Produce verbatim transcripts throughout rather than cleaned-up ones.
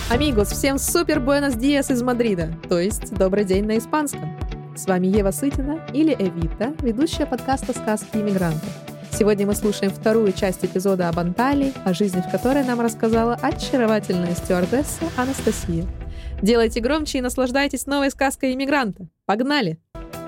Амигос, всем супер буэнос диас из Мадрида, то есть добрый день на испанском. С вами Ева Сытина или Эвита, ведущая подкаста «Сказки иммигрантов». Сегодня мы слушаем вторую часть эпизода об Анталии, о жизни в которой нам рассказала очаровательная стюардесса Анастасия. Делайте громче и наслаждайтесь новой сказкой иммигранта. Погнали!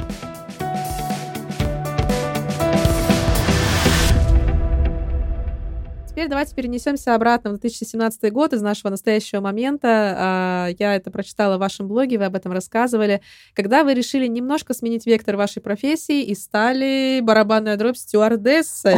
Теперь давайте перенесемся обратно в две тысячи семнадцатый год из нашего настоящего момента. Я это прочитала в вашем блоге, вы об этом рассказывали. Когда вы решили немножко сменить вектор вашей профессии и стали барабанная дробь стюардессой.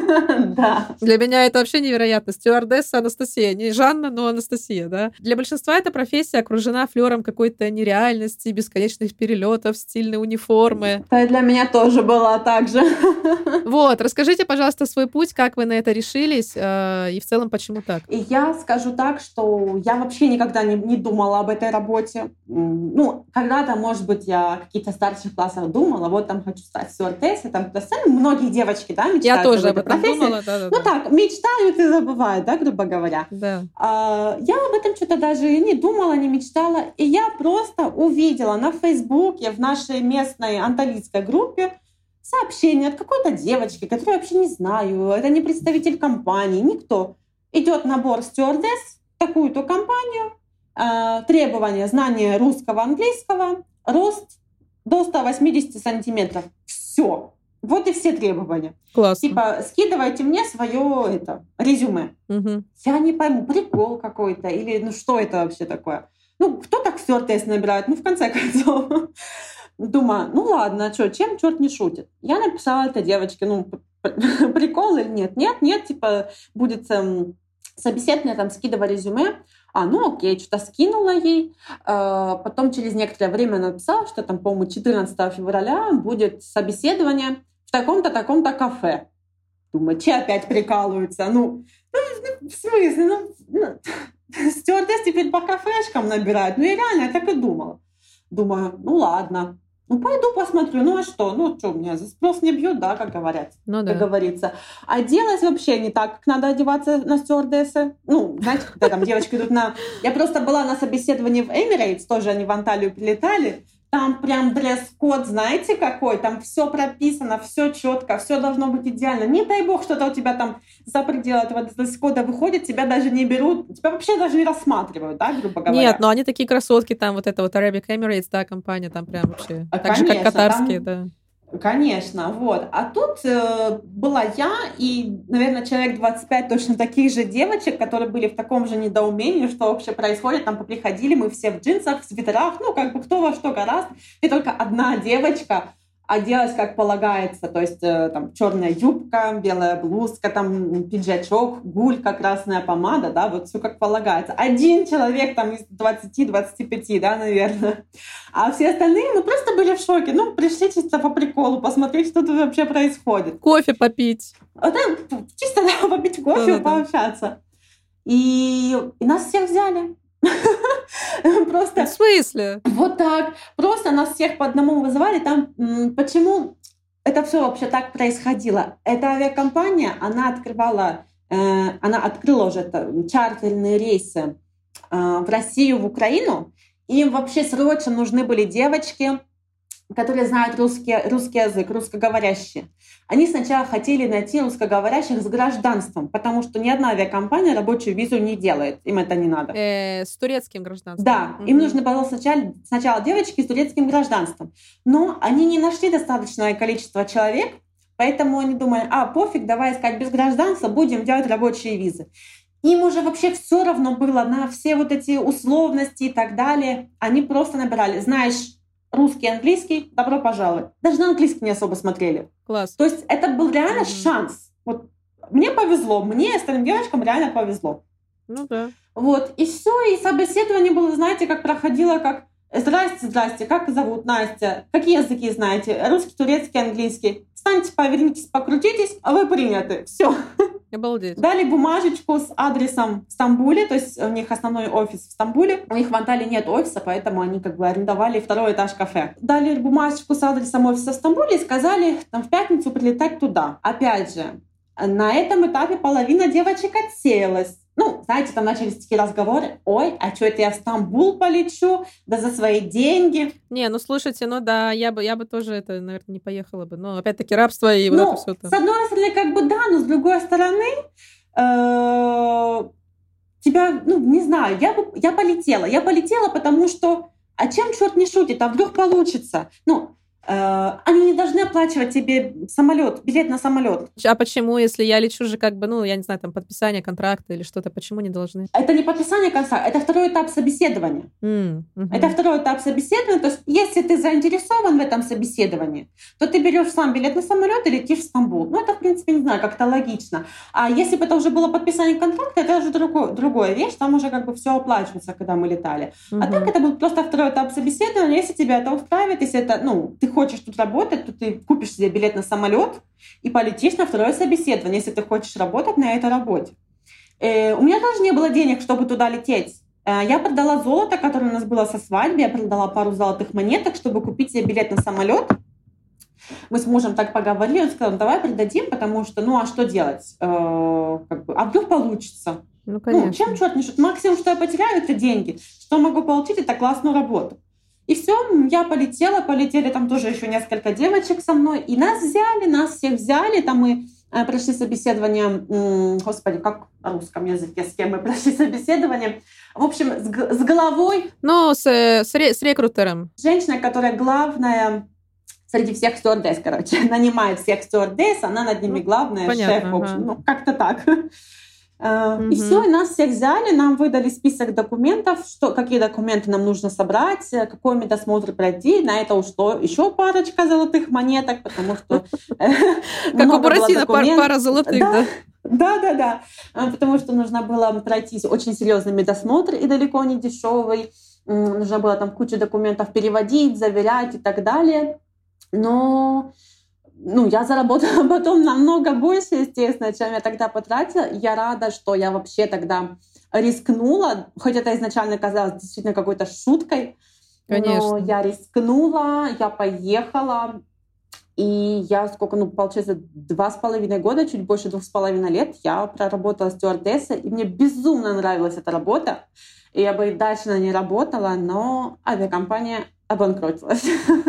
Да. Для меня это вообще невероятно. Стюардесса Анастасия. Не Жанна, но Анастасия, да? Для большинства эта профессия окружена флером какой-то нереальности, бесконечных перелетов, стильной униформы. Да, для меня тоже было так же. Вот, расскажите, пожалуйста, свой путь, как вы на это решились, и в целом, почему так? И я скажу так, что я вообще никогда не, не думала об этой работе. Ну, когда-то, может быть, я в каких-то старших классах думала, вот там хочу стать стюардессой, там многие девочки, да, мечтают. Я тоже об этом профессии. думала, да, да. Ну так, мечтают и забывают, да, грубо говоря. Да. А, я об этом что-то даже не думала, не мечтала. И я просто увидела на Фейсбуке, в нашей местной анталийской группе, сообщение от какой-то девочки, которую я вообще не знаю, это не представитель компании, никто. Идет набор стюардесс в такую-то компанию, э, требования, знания русского, английского, рост до ста восьмидесяти сантиметров. Все. Вот и все требования. Классно. Типа, скидывайте мне свое это, резюме. Угу. Я не пойму, прикол какой-то или ну что это вообще такое? Ну, кто так стюардесс набирает? Ну, в конце концов. Думаю, ну ладно, что, чем черт не шутит? Я написала этой девочке, ну, прикол или нет? Нет, нет, типа, будет эм, собеседование, там, скидывай резюме. А, ну окей, что-то скинула ей. А, потом через некоторое время написала, что там, по-моему, четырнадцатого февраля будет собеседование в таком-то, таком-то кафе. Думаю, че опять прикалываются? Ну, ну в смысле? Ну, ну, стюардесс теперь по кафешкам набирают. Ну, я реально так и думала. Думаю, ну ладно. Ну, пойду посмотрю. Ну, а что? Ну, что, меня за спрос не бьют, да, как говорят, ну, да. как говорится. Оделась вообще не так, как надо одеваться на стюардессы. Ну, знаете, когда там девочки идут на... Я просто была на собеседовании в Emirates, тоже они в Анталию прилетали. Там прям дресс-код, знаете, какой? Там все прописано, все четко, все должно быть идеально. Не дай бог, что-то у тебя там за пределы этого дресс-кода выходит, тебя даже не берут, тебя вообще даже не рассматривают, да, грубо говоря. Нет, но они такие красотки, там вот это вот Arabic Emirates, да, компания, там прям вообще. А, так конечно, же, как катарские, там... да. Конечно, вот. А тут э, была я и, наверное, человек двадцать пять точно таких же девочек, которые были в таком же недоумении, что вообще происходит. Там поприходили мы все в джинсах, в свитерах, ну, как бы кто во что гораздо. И только одна девочка оделась как полагается, то есть э, там черная юбка, белая блузка, там пиджачок, гулька, красная помада, да, вот все как полагается. Один человек там из двадцати-двадцати пяти, да, наверное. А все остальные, мы просто были в шоке. Ну, пришли чисто по приколу, посмотреть, что тут вообще происходит. Кофе попить. Да, чисто да, попить кофе, да, пообщаться. Да. И, и нас всех взяли. Просто... В смысле? Вот так. Просто нас всех по одному вызывали. Там почему это все вообще так происходило? Эта авиакомпания, она открывала, э, она открыла уже чартерные рейсы э, в Россию, в Украину. Им вообще срочно нужны были девочки, которые знают русский, русский язык, русскоговорящие. Они сначала хотели найти русскоговорящих с гражданством, потому что ни одна авиакомпания рабочую визу не делает. Им это не надо. Э, с турецким гражданством. Да, угу. Им нужно было сначала, сначала девочки с турецким гражданством. Но они не нашли достаточное количество человек, поэтому они думали, а, пофиг, давай искать без гражданства, будем делать рабочие визы. Им уже вообще все равно было на все вот эти условности и так далее. Они просто набирали, знаешь, русский, английский, добро пожаловать. Даже на английский не особо смотрели. Класс. То есть это был реально mm-hmm. шанс. Вот мне повезло, мне и остальным девочкам реально повезло. Ну да. Вот, и все, и собеседование было, знаете, как проходило, как «Здрасте, здрасте, как зовут Настя? Какие языки знаете? Русский, турецкий, английский. Встаньте, повернитесь, покрутитесь, а вы приняты». Все. Обалдеть. Дали бумажечку с адресом в Стамбуле, то есть у них основной офис в Стамбуле. У них в Анталии нет офиса, поэтому они как бы арендовали второй этаж кафе. Дали бумажечку с адресом офиса в Стамбуле и сказали там в пятницу прилетать туда. Опять же, на этом этапе половина девочек отсеялась. ну, знаете, там начались такие разговоры, ой, а что это я в Стамбул полечу, да за свои деньги. Не, ну, слушайте, ну да, я бы, я бы тоже это, наверное, не поехала бы. Но, опять-таки, рабство и ну, вот это все там. С одной стороны, как бы да, но с другой стороны, э- тебя, ну, не знаю, я бы, я полетела. Я полетела, потому что, а чем черт не шутит, а вдруг получится? Ну, они не должны оплачивать тебе самолет, билет на самолет. А почему, если я лечу же как бы, ну, я не знаю, там подписание контракта или что-то, почему не должны? Это не подписание контракта, это второй этап собеседования. Mm, uh-huh. Это второй этап собеседования. То есть, если ты заинтересован в этом собеседовании, то ты берешь сам билет на самолет и летишь в Стамбул. Ну, это, в принципе, не знаю, как-то логично. А если бы это уже было подписание контракта, это уже другое, другая вещь, там уже как бы все оплачивается, когда мы летали. Uh-huh. А так это был просто второй этап собеседования. Если тебя это устраивает, если это, ну, ты хочешь тут работать, то ты купишь себе билет на самолет и полетишь на второе собеседование, если ты хочешь работать на этой работе. Э, у меня тоже не было денег, чтобы туда лететь. Э, я продала золото, которое у нас было со свадьбы, я продала пару золотых монеток, чтобы купить себе билет на самолет. Мы с мужем так поговорили, он сказал, давай продадим, потому что, ну а что делать? Э, как бы, а вдруг получится? Ну, конечно. Ну, чем черт не шутит? Максимум, что я потеряю, это деньги. Что могу получить, это классную работу. И все, я полетела, полетели там тоже еще несколько девочек со мной, и нас взяли, нас всех взяли, там мы э, прошли собеседование, м- господи, как на русском языке, с кем мы прошли собеседование, в общем, с, г- с головой. Ну, с, с, ре- с рекрутером. Женщина, которая главная среди всех стюардесс, короче, нанимает всех стюардесс, она над ними главная, понятно, шеф, в общем, ага. ну, как-то так. Угу. И все, и нас всех взяли, нам выдали список документов, что, какие документы нам нужно собрать, какой медосмотр пройти. На это ушло еще парочка золотых монеток, потому что как у Буратино, пара золотых, да? Да, да, да. Потому что нужно было пройти очень серьезный медосмотр и далеко не дешевый. Нужно было там кучу документов переводить, заверять и так далее. Но ну, я заработала потом намного больше, естественно, чем я тогда потратила. Я рада, что я вообще тогда рискнула, хоть это изначально казалось действительно какой-то шуткой. Конечно. Но я рискнула, я поехала, и я сколько, ну, получается, два с половиной года, чуть больше двух с половиной лет я проработала стюардессой, и мне безумно нравилась эта работа. И я бы и дальше на ней работала, но авиакомпания обанкротилась.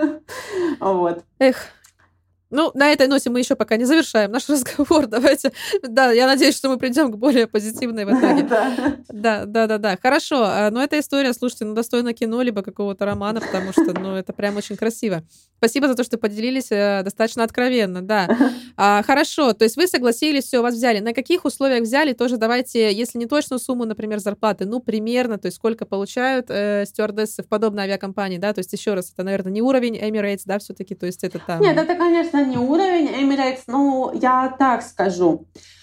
Вот. Эх. Ну, на этой ноте мы еще пока не завершаем наш разговор. Давайте. Да, я надеюсь, что мы придем к более позитивной в итоге. Да, да, да, да. Хорошо. Но эта история, слушайте, ну, достойна кино, либо какого-то романа, потому что, ну, это прям очень красиво. Спасибо за то, что поделились достаточно откровенно, да. А, хорошо, то есть вы согласились, все, вас взяли. На каких условиях взяли? Тоже давайте, если не точную сумму, например, зарплаты, ну, примерно, то есть сколько получают э, стюардессы в подобной авиакомпании, да, то есть еще раз, это, наверное, не уровень Emirates, да, все-таки, то есть это там... Нет, это, конечно, не уровень Emirates, но я так скажу.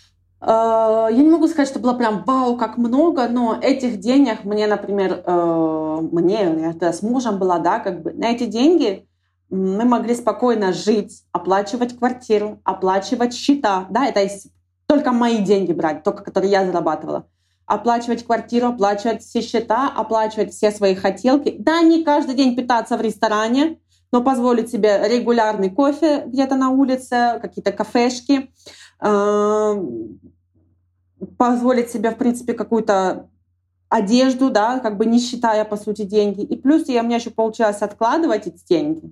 Я не могу сказать, что было прям вау, как много, но этих денег мне, например, мне, я тогда с мужем была, да, как бы на эти деньги мы могли спокойно жить, оплачивать квартиру, оплачивать счета, да, это только мои деньги брать, только которые я зарабатывала. Оплачивать квартиру, оплачивать все счета, оплачивать все свои хотелки. Да, не каждый день питаться в ресторане, но позволить себе регулярный кофе где-то на улице, какие-то кафешки, позволить себе, в принципе, какую-то одежду, да, как бы не считая, по сути, деньги. И плюс я, у меня еще получалось откладывать эти деньги.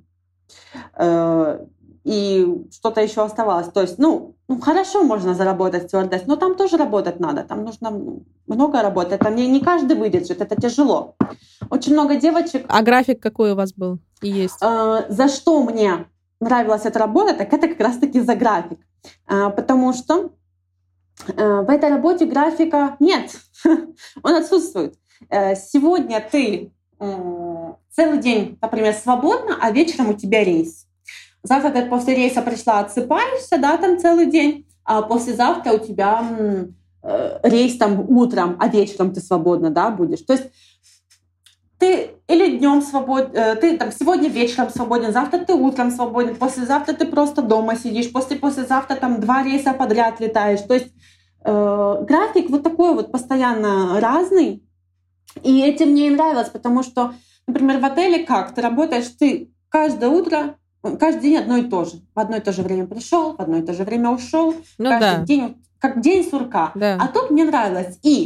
И что-то еще оставалось. То есть, ну, ну хорошо можно заработать стюардесс, но там тоже работать надо. Там нужно много работать. Там не, не каждый выдержит, это тяжело. Очень много девочек... А график какой у вас был и есть? Э, за что мне нравилась эта работа, так это как раз-таки за график. Э, потому что э, в этой работе графика нет. Он отсутствует. Э, сегодня ты э, целый день, например, свободна, а вечером у тебя рейс. Завтра ты после рейса пришла, отсыпаешься, да, там целый день, а послезавтра у тебя э, рейс там утром, а вечером ты свободна, да, будешь. То есть ты или днем свободен, э, ты там сегодня вечером свободен, завтра ты утром свободен, послезавтра ты просто дома сидишь, после послезавтра там два рейса подряд летаешь. То есть э, график вот такой вот постоянно разный, и этим мне и нравилось, потому что, например, в отеле как? Ты работаешь, ты каждое утро каждый день одно и то же. В одно и то же время пришел, в одно и то же время ушел. Ну, каждый да. день, как день сурка. Да. А тут мне нравилось и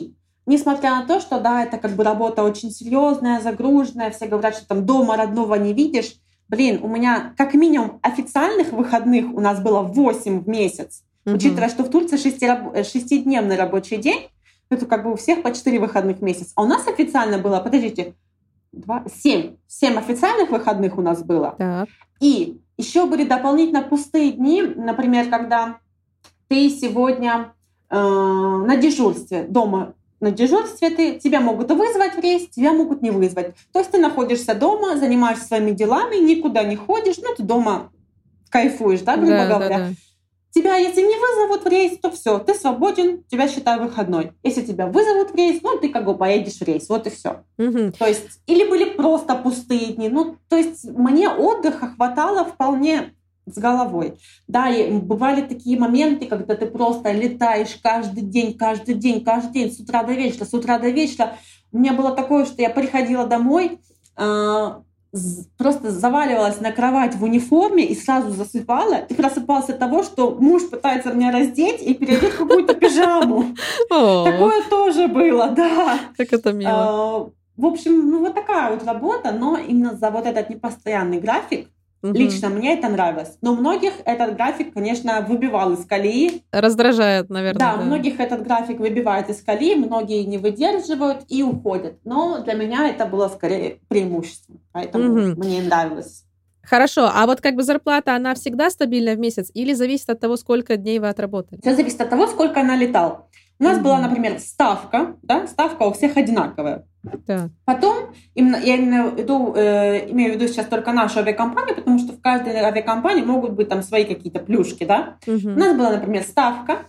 несмотря на то, что, да, это как бы работа очень серьезная, загруженная, все говорят, что там дома родного не видишь. Блин, у меня как минимум официальных выходных у нас было восемь в месяц. Mm-hmm. Учитывая, что в Турции шести, шестидневный рабочий день, это как бы у всех по четыре выходных в месяц. А у нас официально было, подождите, два, семь. Семь официальных выходных у нас было. Так. И еще были дополнительно пустые дни, например, когда ты сегодня э, на дежурстве дома, на дежурстве ты, тебя могут вызвать в рейс, тебя могут не вызвать. То есть ты находишься дома, занимаешься своими делами, никуда не ходишь, ну ты дома кайфуешь, да, грубо да, говоря. Да, да. Тебя, если не вызовут в рейс, то все, ты свободен, тебя считай выходной. Если тебя вызовут в рейс, ну ты как бы поедешь в рейс, вот и все. Угу. То есть, или были просто пустые дни. Ну, то есть мне отдыха хватало вполне с головой. Да, и бывали такие моменты, когда ты просто летаешь каждый день, каждый день, каждый день, с утра до вечера, с утра до вечера. У меня было такое, что я приходила домой, э, просто заваливалась на кровать в униформе и сразу засыпала. И просыпалась от того, что муж пытается меня раздеть и переодеть в какую-то пижаму. Такое тоже было, да. Как это мило. В общем, ну вот такая вот работа, но именно за вот этот непостоянный график угу. лично мне это нравилось. Но у многих этот график, конечно, выбивал из колеи. Раздражает, наверное. Да, да. многих этот график выбивает из колеи, многие не выдерживают и уходят. Но для меня это было скорее преимуществом, поэтому угу. мне нравилось. Хорошо, а вот как бы зарплата, она всегда стабильная в месяц или зависит от того, сколько дней вы отработали? Все зависит от того, сколько она летала. У нас mm-hmm. была, например, ставка, да, ставка у всех одинаковая. Да. Потом, именно, я именно иду, э, имею в виду сейчас только нашу авиакомпанию, потому что в каждой авиакомпании могут быть там свои какие-то плюшки, да. Mm-hmm. У нас была, например, ставка.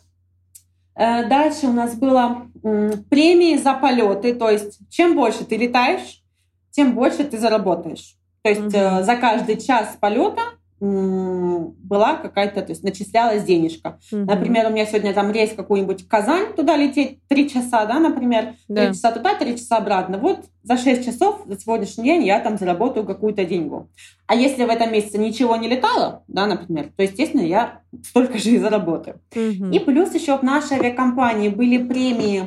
Э, дальше у нас была э, премии за полеты, то есть чем больше ты летаешь, тем больше ты заработаешь. То есть mm-hmm. э, за каждый час полета была какая-то, то есть начислялась денежка. Mm-hmm. Например, у меня сегодня там рейс какой-нибудь в Казань, туда лететь три часа, да, например, три yeah. часа туда, три часа обратно. Вот за шесть часов за сегодняшний день я там заработаю какую-то деньгу. А если в этом месяце ничего не летало, да, например, то, естественно, я столько же и заработаю. Mm-hmm. И плюс еще в нашей авиакомпании были премии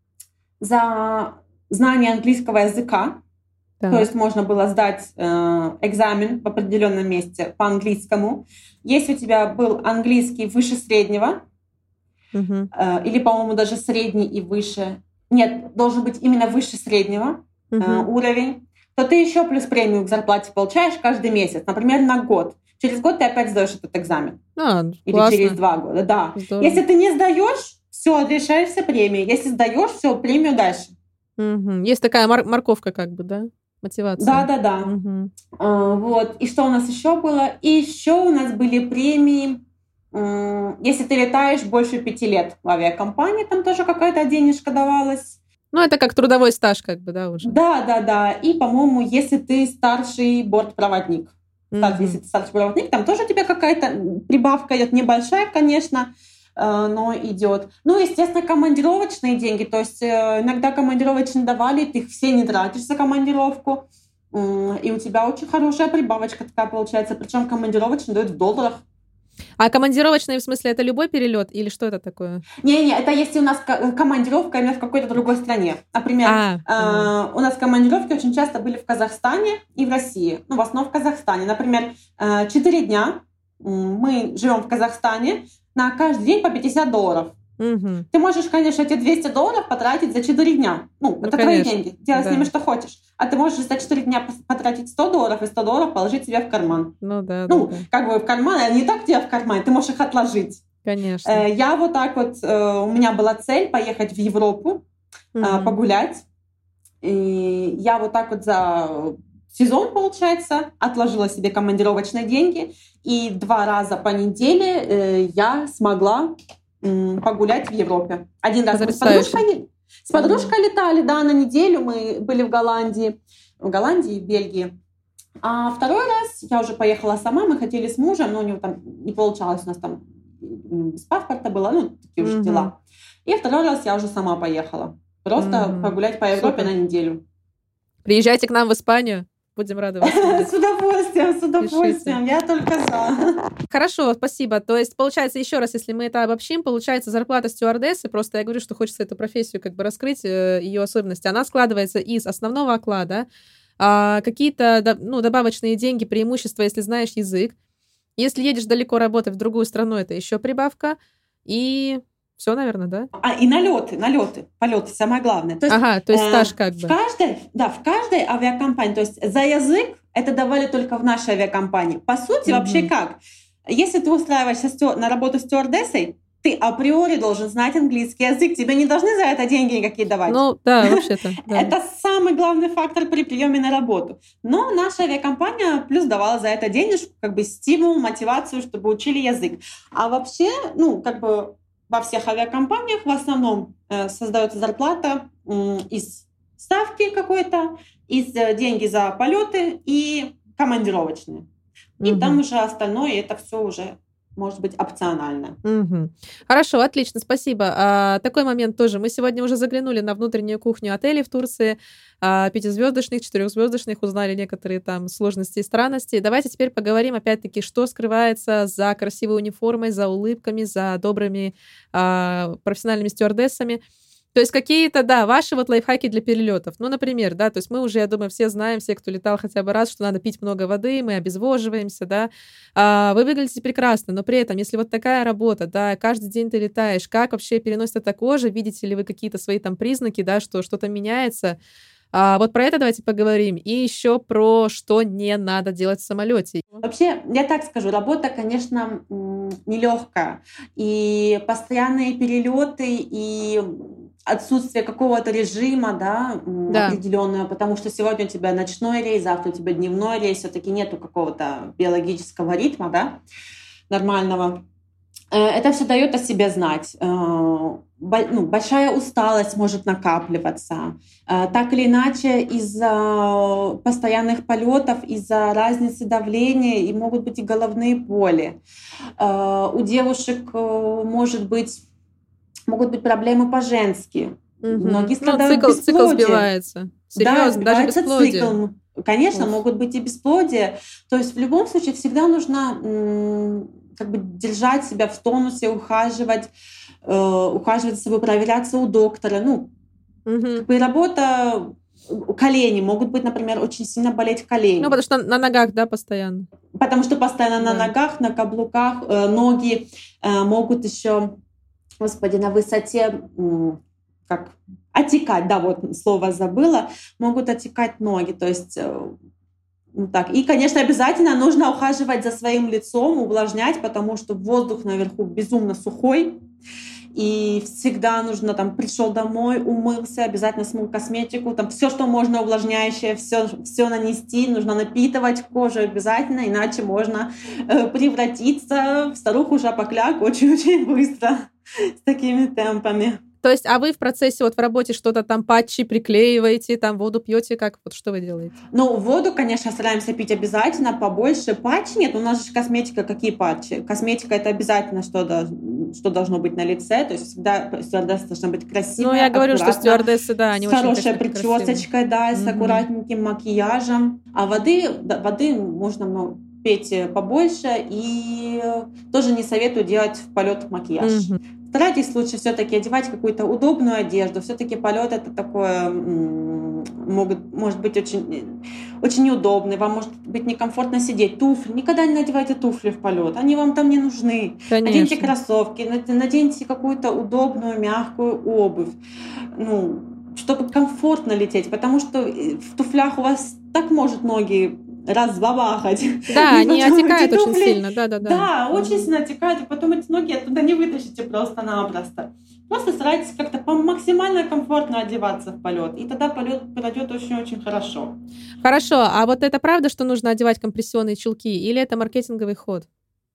за знание английского языка. Да. То есть можно было сдать э, экзамен в определенном месте по английскому. Если у тебя был английский выше среднего, угу. э, или, по-моему, даже средний и выше, нет, должен быть именно выше среднего угу. э, уровень, то ты еще плюс премию к зарплате получаешь каждый месяц, например, на год. Через год ты опять сдаешь этот экзамен. А, или классно. Через два года, да. Здорово. Если ты не сдаешь, все, лишаешься премии. Если сдаешь, все, премию дальше. Угу. Есть такая мор- морковка, как бы, да? Мотивация. Да, да, да. Угу. А, вот. И что у нас еще было? И еще у нас были премии, если ты летаешь больше пяти лет в авиакомпании, там тоже какая-то денежка давалась. Ну, это как трудовой стаж, как бы, да, уже. Да, да, да. И, по-моему, если ты старший бортпроводник, mm-hmm. если ты старший проводник, там тоже у тебя какая-то прибавка идет, небольшая, конечно, но идет. Ну, естественно, командировочные деньги. То есть иногда командировочные давали, ты их все не тратишь за командировку. И у тебя очень хорошая прибавочка такая получается. Причем командировочные дают в долларах. А командировочные, в смысле, это любой перелет или что это такое? Не-не, это если у нас командировка именно в какой-то другой стране. Например, а, э, у нас командировки очень часто были в Казахстане и в России. Ну, в основном в Казахстане. Например, четыре дня мы живем в Казахстане, на каждый день по пятьдесят долларов. Угу. Ты можешь, конечно, эти двести долларов потратить за четыре дня. Ну, ну это конечно. Твои деньги. Делай да. с ними что хочешь. А ты можешь за четыре дня потратить сто долларов и сто долларов положить себе в карман. Ну, да. Ну, да, да. как бы в карман, а не так тебе в кармане, ты можешь их отложить. Конечно. Э, я вот так вот, э, у меня была цель поехать в Европу, угу. э, погулять. И я вот так вот за сезон, получается, отложила себе командировочные деньги. И два раза по неделе э, я смогла э, погулять в Европе. Один раз мы с подружкой, с подружкой mm-hmm. летали, да, на неделю мы были в Голландии, в Голландии, в Бельгии. А второй раз я уже поехала сама, мы хотели с мужем, но у него там не получалось, у нас там без паспорта было, ну, такие уже mm-hmm. дела. И второй раз я уже сама поехала. Просто mm-hmm. погулять по Европе Супер. На неделю. Приезжайте к нам в Испанию. Будем рады вас видеть. С удовольствием, с удовольствием. Пишите. Я только за. Хорошо, спасибо. То есть, получается, еще раз, если мы это обобщим, получается, зарплата стюардессы, просто я говорю, что хочется эту профессию как бы раскрыть, ее особенности, она складывается из основного оклада, а, какие-то ну, добавочные деньги, преимущества, если знаешь язык. Если едешь далеко работать в другую страну, это еще прибавка. И все, наверное, да? А, и налеты, налеты, полеты, самое главное. То есть, ага, то есть стаж как э, бы. В каждой, да, в каждой авиакомпании, то есть за язык это давали только в нашей авиакомпании. По сути, mm-hmm. вообще как? Если ты устраиваешься стю- на работу стюардессой, ты априори должен знать английский язык. Тебе не должны за это деньги никакие давать. Ну, да, вообще-то. Да. Это самый главный фактор при приеме на работу. Но наша авиакомпания плюс давала за это денежку, как бы стимул, мотивацию, чтобы учили язык. А вообще, ну, как бы во всех авиакомпаниях в основном э, создается зарплата э, из ставки какой-то, из э, деньги за полеты и командировочные. И угу. там уже остальное, это все уже может быть опционально. Угу. Хорошо, отлично, спасибо. А, такой момент тоже. Мы сегодня уже заглянули на внутреннюю кухню отелей в Турции, а, пятизвездочных, четырехзвездочных, узнали некоторые там сложности и странности. Давайте теперь поговорим, опять-таки, что скрывается за красивой униформой, за улыбками, за добрыми а, профессиональными стюардессами. То есть какие-то, да, ваши вот лайфхаки для перелетов. Ну, например, да, то есть мы уже, я думаю, все знаем, все, кто летал хотя бы раз, что надо пить много воды, мы обезвоживаемся, да. А, вы выглядите прекрасно, но при этом, если вот такая работа, да, каждый день ты летаешь, как вообще переносит это кожа, видите ли вы какие-то свои там признаки, да, что что-то меняется. А, вот про это давайте поговорим. И еще про что не надо делать в самолете. Вообще, я так скажу, работа, конечно, нелегкая. И постоянные перелеты, и отсутствие какого-то режима, да, да. определенного, потому что сегодня у тебя ночной рейс, завтра у тебя дневной рейс, все-таки нету какого-то биологического ритма, да, нормального. Это все дает о себе знать. Ну, большая усталость может накапливаться. Так или иначе, из-за постоянных полетов, из-за разницы давления, и могут быть и головные боли. У девушек может быть, могут быть проблемы по-женски. Угу. Многие страдают ну, цикл, цикл сбивается. Серьезно, да, даже бесплодие. Цикл. Конечно, Уф. могут быть и бесплодия. То есть в любом случае всегда нужно как бы держать себя в тонусе, ухаживать, э, ухаживать за собой, проверяться у доктора. Ну, угу. как бы работа, колени могут быть, например, очень сильно болеть колени. Ну, потому что на ногах, да, постоянно. Потому что постоянно да. на ногах, на каблуках, э, ноги э, могут еще, господи, на высоте, э, как отекать, да, вот слово забыла, могут отекать ноги, то есть э, так. И, конечно, обязательно нужно ухаживать за своим лицом, увлажнять, потому что воздух наверху безумно сухой. И всегда нужно, там, пришел домой, умылся, обязательно смыл косметику, там, все, что можно увлажняющее, все, все нанести, нужно напитывать кожу обязательно, иначе можно э, превратиться в старуху-жопокляк очень-очень быстро с такими темпами. То есть, а вы в процессе, вот в работе что-то там патчи приклеиваете, там воду пьете, как, вот что вы делаете? Ну, воду, конечно, стараемся пить обязательно, побольше. Патчи нет, у нас же косметика, какие патчи? Косметика — это обязательно, что, до, что должно быть на лице, то есть всегда стюардесса должна быть красивая, Ну, я говорю, что стюардессы, да, они с очень хорошей причесочкой, да, с mm-hmm. аккуратненьким макияжем. А воды, да, воды можно много пить побольше, и тоже не советую делать в полет макияж. Mm-hmm. Старайтесь лучше все-таки одевать какую-то удобную одежду. Все-таки полет это такое могут, может быть очень, очень неудобный. Вам может быть некомфортно сидеть. Туфли. Никогда не надевайте туфли в полет. Они вам там не нужны. Конечно. Наденьте кроссовки, наденьте какую-то удобную, мягкую обувь. Ну, чтобы комфортно лететь. Потому что в туфлях у вас так может ноги разбабахать. Да, они отекают очень сильно. Да, да, да. Да, очень сильно отекают, и потом эти ноги оттуда не вытащите просто-напросто. Просто старайтесь как-то максимально комфортно одеваться в полет, и тогда полет пройдет очень-очень хорошо. Хорошо, а вот это правда, что нужно одевать компрессионные чулки, или это маркетинговый ход?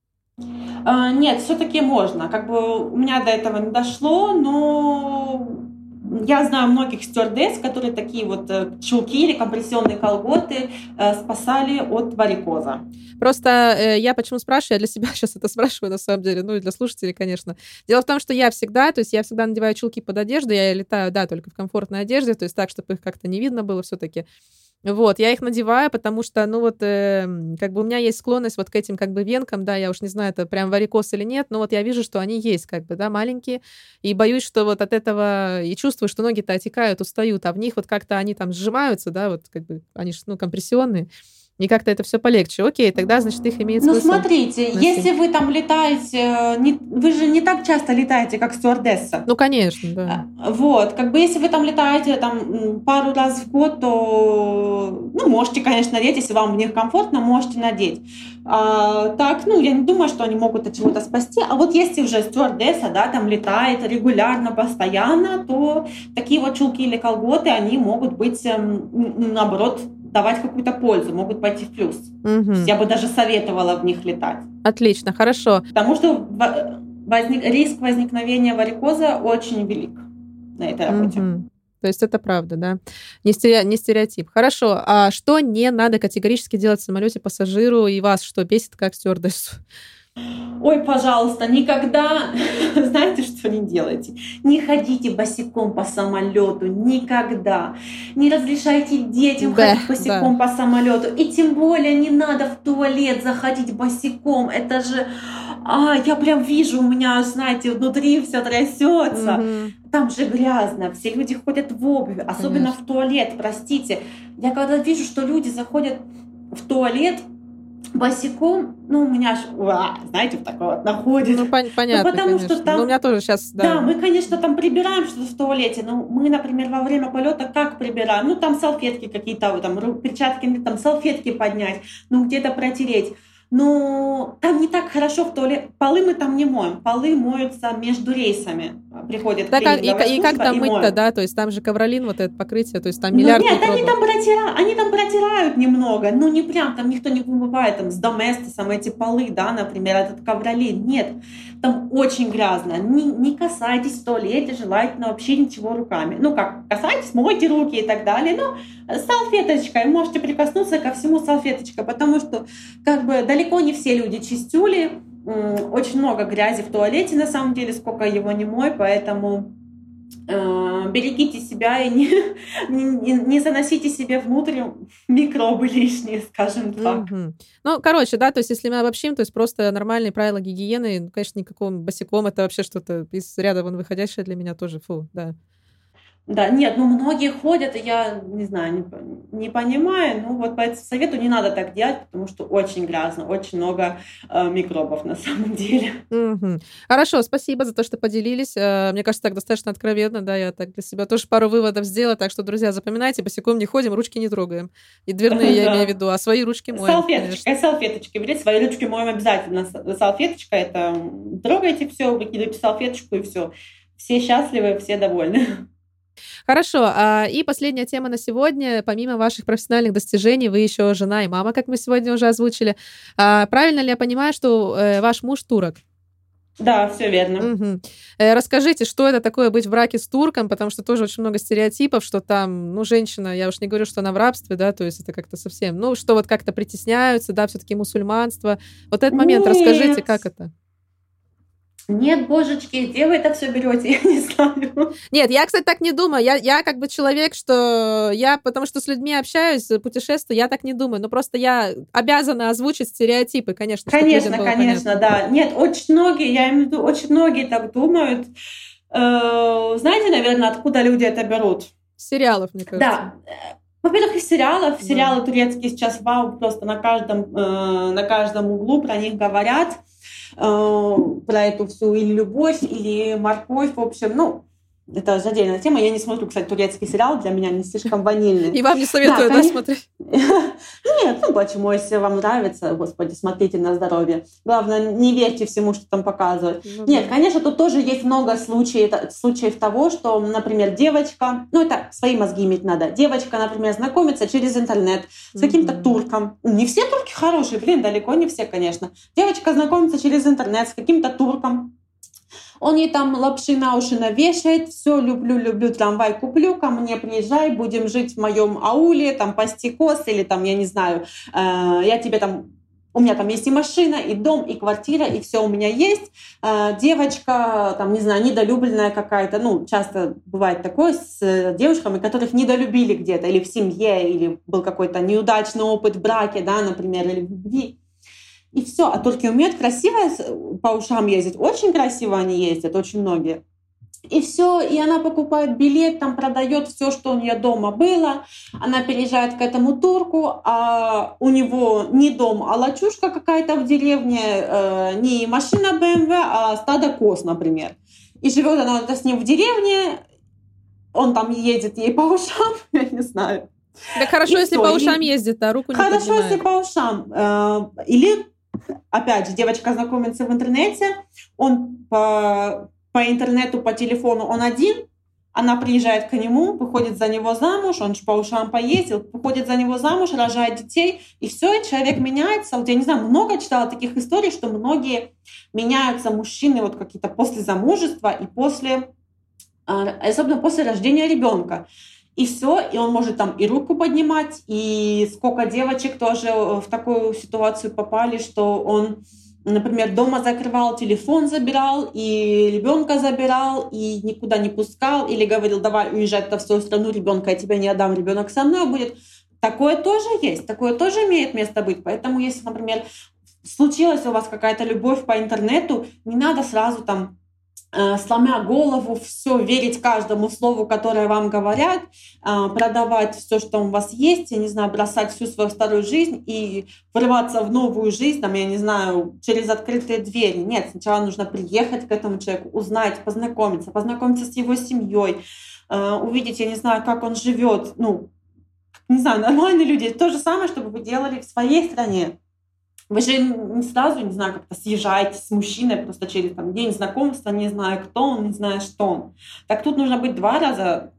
А, нет, все-таки можно. Как бы у меня до этого не дошло, но я знаю многих стюардесс, которые такие вот чулки или компрессионные колготы э, спасали от варикоза. Просто э, я почему спрашиваю, я для себя сейчас это спрашиваю на самом деле, ну и для слушателей, конечно. Дело в том, что я всегда, то есть я всегда надеваю чулки под одежду, я летаю, да, только в комфортной одежде, то есть так, чтобы их как-то не видно было все-таки. Вот, я их надеваю, потому что, ну вот, э, как бы у меня есть склонность вот к этим как бы венкам, да, я уж не знаю, это прям варикоз или нет, но вот я вижу, что они есть как бы, да, маленькие, и боюсь, что вот от этого, и чувствую, что ноги-то отекают, устают, а в них вот как-то они там сжимаются, да, вот как бы они ж, ну, компрессионные, и как-то это все полегче. Окей, тогда, значит, их имеет Ну, смысл смотрите, носить. если вы там летаете, не, вы же не так часто летаете, как стюардесса. Ну, конечно, да. Вот, как бы если вы там летаете там пару раз в год, то, ну, можете, конечно, надеть, если вам в них комфортно, можете надеть. А, так, ну, я не думаю, что они могут от чего-то спасти. А вот если уже стюардесса, да, там летает регулярно, постоянно, то такие вот чулки или колготы, они могут быть, наоборот, давать какую-то пользу, могут пойти в плюс. Угу. Я бы даже советовала в них летать. Отлично, хорошо. Потому что возник, риск возникновения варикоза очень велик на этой работе. Угу. То есть это правда, да? Не, стере... не стереотип. Хорошо. А что не надо категорически делать в самолете пассажиру, и вас что бесит как стюардессу? Ой, пожалуйста, никогда, знаете, что не делайте? Не ходите босиком по самолету, никогда. Не разрешайте детям да, ходить босиком да. по самолету. И тем более не надо в туалет заходить босиком. Это же, а, я прям вижу, у меня, знаете, внутри все трясется. Угу. Там же грязно, все люди ходят в обуви, особенно Конечно. В туалет, простите. Я когда вижу, что люди заходят в туалет босиком, ну, у меня аж, уа, знаете, в такое вот находит. Ну, пон- понятно, ну, потому конечно. что там... Ну, у меня тоже сейчас, да. Да, мы, конечно, там прибираем что-то в туалете, но мы, например, во время полета как прибираем? Ну, там салфетки какие-то, там, перчатки, там, салфетки поднять, ну, где-то протереть. Но там не так хорошо в туалете. Полы мы там не моем. Полы моются между рейсами. Приходят да, как, и, и, и как там мыть-то, да? То есть там же ковролин, вот это покрытие, то есть там миллиард ну, нет, микробов. они там, протирают, они там протирают немного, но не прям, там никто не вымывает там, с доместосом эти полы, да, например, этот ковролин. Нет, там очень грязно. Не, не касайтесь в туалете, желательно вообще ничего руками. Ну как, касайтесь, мойте руки и так далее, но салфеточкой, можете прикоснуться ко всему салфеточкой, потому что как бы далеко не все люди чистюли, очень много грязи в туалете, на самом деле, сколько его не мой, поэтому э, берегите себя и не, не, не заносите себе внутрь микробы лишние, скажем так. Угу. Ну, короче, да, то есть если мы обобщим, то есть просто нормальные правила гигиены, ну, конечно, никаком босиком, это вообще что-то из ряда вон выходящее для меня тоже, фу, да. Да, нет, ну многие ходят, и я не знаю, не, не понимаю, ну вот по этому совету не надо так делать, потому что очень грязно, очень много э, микробов на самом деле. Угу. Хорошо, спасибо за то, что поделились. Мне кажется, так достаточно откровенно, да, я так для себя тоже пару выводов сделала, так что, друзья, запоминайте, босиком не ходим, ручки не трогаем. И дверные я имею в виду, а свои ручки моем. Салфеточкой, салфеточкой, берите, свои ручки моем обязательно. Салфеточка, это трогайте все, выкидывайте салфеточку и все. Все счастливы, все довольны. Хорошо, и последняя тема на сегодня. Помимо ваших профессиональных достижений, вы еще жена и мама, как мы сегодня уже озвучили. Правильно ли я понимаю, что ваш муж турок? Да, все верно. Угу. Расскажите, что это такое быть в браке с турком, потому что тоже очень много стереотипов, что там, ну, женщина, я уж не говорю, что она в рабстве, да, то есть это как-то совсем, ну, что вот как-то притесняются, да, все-таки мусульманство. Вот этот момент, Нет. Расскажите, как это? Нет, божечки, где вы это все берете? Я не знаю. Нет, я, кстати, так не думаю. Я, я как бы человек, что я, потому что с людьми общаюсь, путешествую, я так не думаю. Но просто я обязана озвучить стереотипы, конечно. Конечно, конечно, понятно. Да. Нет, очень многие, я имею в виду, очень многие так думают. Э, знаете, наверное, откуда люди это берут? Сериалов, мне кажется. Да. Во-первых, из сериалов. Сериалы да. турецкие сейчас, вау, просто на каждом, э, на каждом углу про них говорят. Про эту всю или любовь, или морковь, в общем, ну, это же отдельная тема. Я не смотрю, кстати, турецкий сериал, для меня не слишком ванильный. И вам не советую, да, да смотреть? Нет, ну почему, если вам нравится, господи, смотрите на здоровье. Главное, не верьте всему, что там показывают. Ну, Нет, да. конечно, тут тоже есть много случаев, случаев того, что, например, девочка, ну это свои мозги иметь надо, девочка, например, знакомится через интернет с каким-то mm-hmm. турком. Не все турки хорошие, блин, далеко не все, конечно. Девочка знакомится через интернет с каким-то турком. Он ей там лапши на уши навешает, все, люблю, люблю, трамвай куплю, ко мне приезжай, будем жить в моем ауле, там пасти коз, или там, я не знаю, э, я тебе там у меня там есть и машина, и дом, и квартира, и все у меня есть. Девочка, там, не знаю, недолюбленная какая-то, ну, часто бывает такое с девушками, которых недолюбили где-то, или в семье, или был какой-то неудачный опыт в браке, да, например, или в любви. И все. А турки умеют красиво по ушам ездить. Очень красиво они ездят, очень многие. И все, и она покупает билет, там продает все, что у нее дома было. Она переезжает к этому турку, а у него не дом, а лачушка какая-то в деревне, э, не машина бэ эм вэ, а стадо коз, например. И живет она вот с ним в деревне, он там ездит ей по ушам, я не знаю. Так хорошо, и если всё, по и... ушам ездит, а руку не хорошо, поднимает. Если по ушам. Э, или, опять же, девочка знакомится в интернете, он по... по интернету, по телефону он один, она приезжает к нему, выходит за него замуж, он же по ушам поездил, выходит за него замуж, рожает детей, и все, и человек меняется. Вот я не знаю, много читала таких историй, что многие меняются мужчины вот какие-то после замужества и после, особенно после рождения ребенка. И все, и он может там и руку поднимать, и сколько девочек тоже в такую ситуацию попали, что он, например, дома закрывал, телефон забирал, и ребенка забирал, и никуда не пускал, или говорил, давай уезжать в свою страну, ребенка я тебе не отдам, ребенок со мной будет. Такое тоже есть, такое тоже имеет место быть. Поэтому, если, например, случилась у вас какая-то любовь по интернету, не надо сразу там, сломя голову, все верить каждому слову, которое вам говорят, продавать все, что у вас есть, я не знаю, бросать всю свою старую жизнь и врываться в новую жизнь, там, я не знаю, через открытые двери. Нет, сначала нужно приехать к этому человеку, узнать, познакомиться, познакомиться с его семьей, увидеть, я не знаю, как он живет. Ну, не знаю, нормальные люди. То же самое, чтобы вы делали в своей стране. Вы же не сразу, не знаю, как-то съезжаете с мужчиной просто через там, день знакомства, не зная, кто он, не зная, что он. Так тут нужно быть два раза,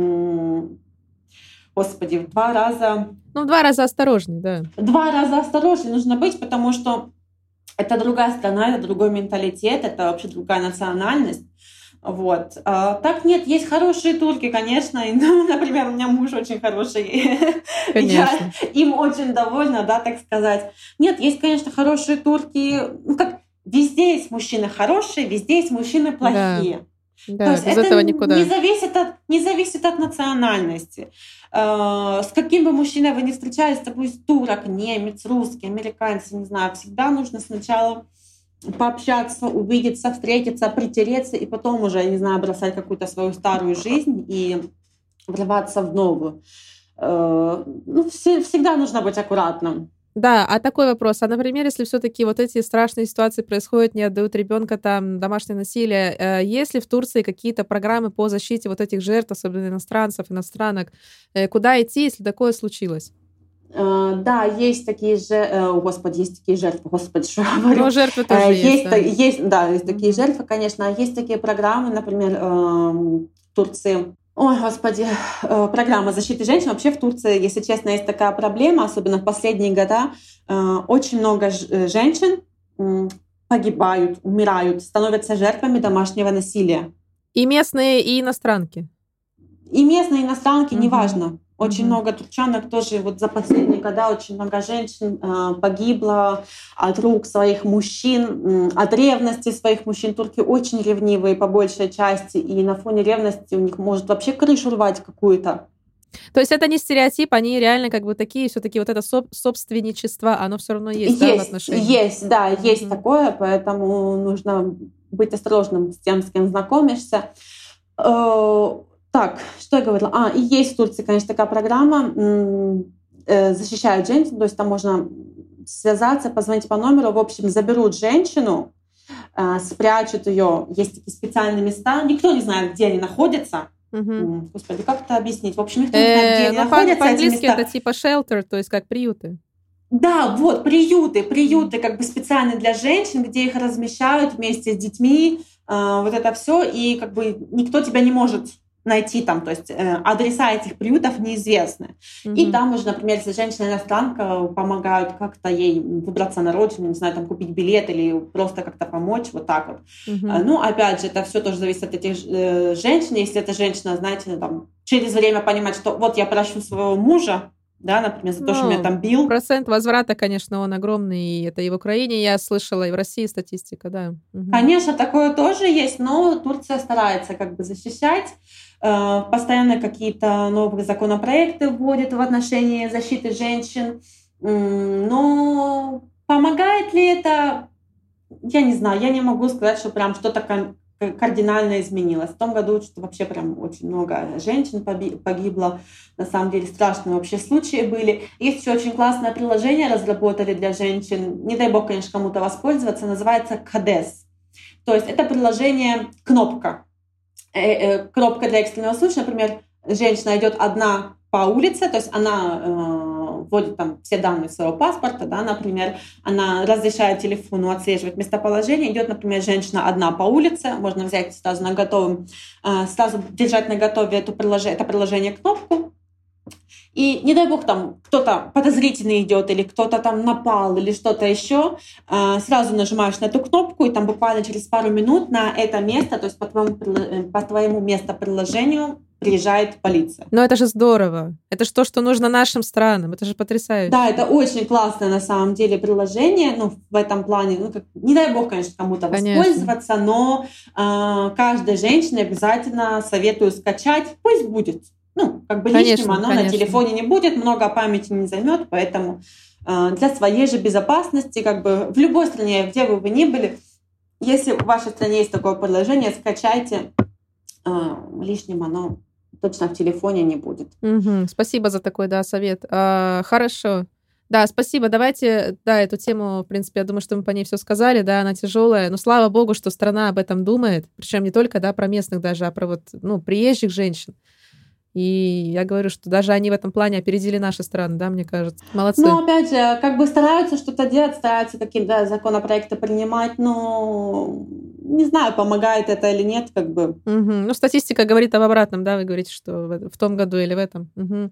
господи, в два раза... Ну, в два раза осторожнее, да. Два раза осторожнее нужно быть, потому что это другая страна, это другой менталитет, это вообще другая национальность. Вот. А, так нет, есть хорошие турки, конечно. И, ну, например, у меня муж очень хороший. Я им очень довольна, да, так сказать. Нет, есть, конечно, хорошие турки. Ну, как везде есть мужчины хорошие, везде есть мужчины плохие. Да, То есть без это этого никуда. Не зависит от, не зависит от национальности. Э, с каким бы мужчиной вы ни встречались, это будет турок, немец, русский, американец, не знаю, всегда нужно сначала пообщаться, увидеться, встретиться, притереться, и потом уже, не знаю, бросать какую-то свою старую жизнь и врываться в новую. Ну, всегда нужно быть аккуратным. Да, а такой вопрос. А, например, если все-таки вот эти страшные ситуации происходят, не отдают ребенка, там, домашнее насилие, есть ли в Турции какие-то программы по защите вот этих жертв, особенно иностранцев, иностранок? Куда идти, если такое случилось? Uh, да, есть такие же, uh, господи, есть такие жертвы, господи, что я говорю. Но жертвы тоже uh, есть, есть, да. есть, да, есть такие жертвы, конечно. Есть такие программы, например, uh, в Турции. Ой, господи, uh, программа защиты женщин. Вообще в Турции, если честно, есть такая проблема, особенно в последние года. Uh, очень много ж- женщин um, погибают, умирают, становятся жертвами домашнего насилия. И местные, и иностранки. И местные, и иностранки, uh-huh. неважно. Очень mm-hmm. много турчанок тоже вот за последние года очень много женщин э, погибло от рук своих мужчин, э, от ревности своих мужчин. Турки очень ревнивые по большей части, и на фоне ревности у них может вообще крышу рвать какую-то. То есть это не стереотип, они реально как бы такие, все-таки вот это соб- собственничество, оно все равно есть, есть, да, в отношениях? Есть, да, есть mm-hmm. такое, поэтому нужно быть осторожным с тем, с кем знакомишься. Так, что я говорила? А, и есть в Турции, конечно, такая программа, э, защищают женщин, то есть там можно связаться, позвонить по номеру, в общем, заберут женщину, э, спрячут ее, есть такие специальные места, никто не знает, где они находятся. Угу. Господи, как это объяснить? В общем, никто не знает, где они находятся. По-английски это типа shelter, то есть как приюты. Да, вот, приюты, приюты как бы специальные для женщин, где их размещают вместе с детьми, э, вот это все, и как бы никто тебя не может найти там, то есть э, адреса этих приютов неизвестны. Mm-hmm. И там уже, например, если женщина-иностранка, помогают как-то ей выбраться на родину, не знаю, там купить билет или просто как-то помочь, вот так вот. Mm-hmm. Э, ну, опять же, это все тоже зависит от этих э, женщин. Если эта женщина, знаете, там, через время понимает, что вот я прощу своего мужа, да, например, за то, Ну, что меня там бил. Процент возврата, конечно, он огромный, и это и в Украине я слышала, и в России статистика, да. Угу. Конечно, такое тоже есть, но Турция старается как бы защищать, э, постоянно какие-то новые законопроекты вводит в отношении защиты женщин, но помогает ли это? Я не знаю, я не могу сказать, что прям что-то кардинально изменилось. В том году что вообще прям очень много женщин погибло. На самом деле страшные вообще случаи были. Есть еще очень классное приложение, разработали для женщин. Не дай бог, конечно, кому-то воспользоваться. Называется Кадес. То есть это приложение кнопка. Кнопка для экстренного случая. Например, женщина идет одна по улице, то есть она э, вводит там все данные своего паспорта, да, например, она разрешает телефону отслеживать местоположение, идет, например, женщина одна по улице, можно взять сразу на готовом, э, сразу держать на готове эту приложение, это приложение кнопку, и не дай бог там кто-то подозрительный идет или кто-то там напал или что-то еще, э, сразу нажимаешь на эту кнопку, и там буквально через пару минут на это место, то есть по твоему, по твоему местоположению приезжает полиция. Но это же здорово. Это же то, что нужно нашим странам. Это же потрясающе. Да, это очень классное на самом деле приложение. Ну, в этом плане, ну, как, не дай бог, конечно, кому-то конечно. воспользоваться, но э, каждой женщине обязательно советую скачать. Пусть будет. Ну, как бы конечно, лишним оно конечно. на телефоне не будет, много памяти не займет, поэтому э, для своей же безопасности, как бы в любой стране, где бы вы ни были, если в вашей стране есть такое приложение, скачайте. Э, лишним оно точно в телефоне не будет. Угу. Спасибо за такой, да, совет. А, хорошо. Да, спасибо. Давайте, да, эту тему, в принципе, я думаю, что мы по ней все сказали, да, она тяжелая, но слава богу, что страна об этом думает, причем не только, да, про местных даже, а про вот, ну, приезжих женщин. И я говорю, что даже они в этом плане опередили наши страны, да, мне кажется. Молодцы. Ну, опять же, как бы стараются что-то делать, стараются какие-то да, законопроекты принимать, но не знаю, помогает это или нет, как бы. Угу. Ну, статистика говорит об обратном, да, вы говорите, что в, в том году или в этом. Угу.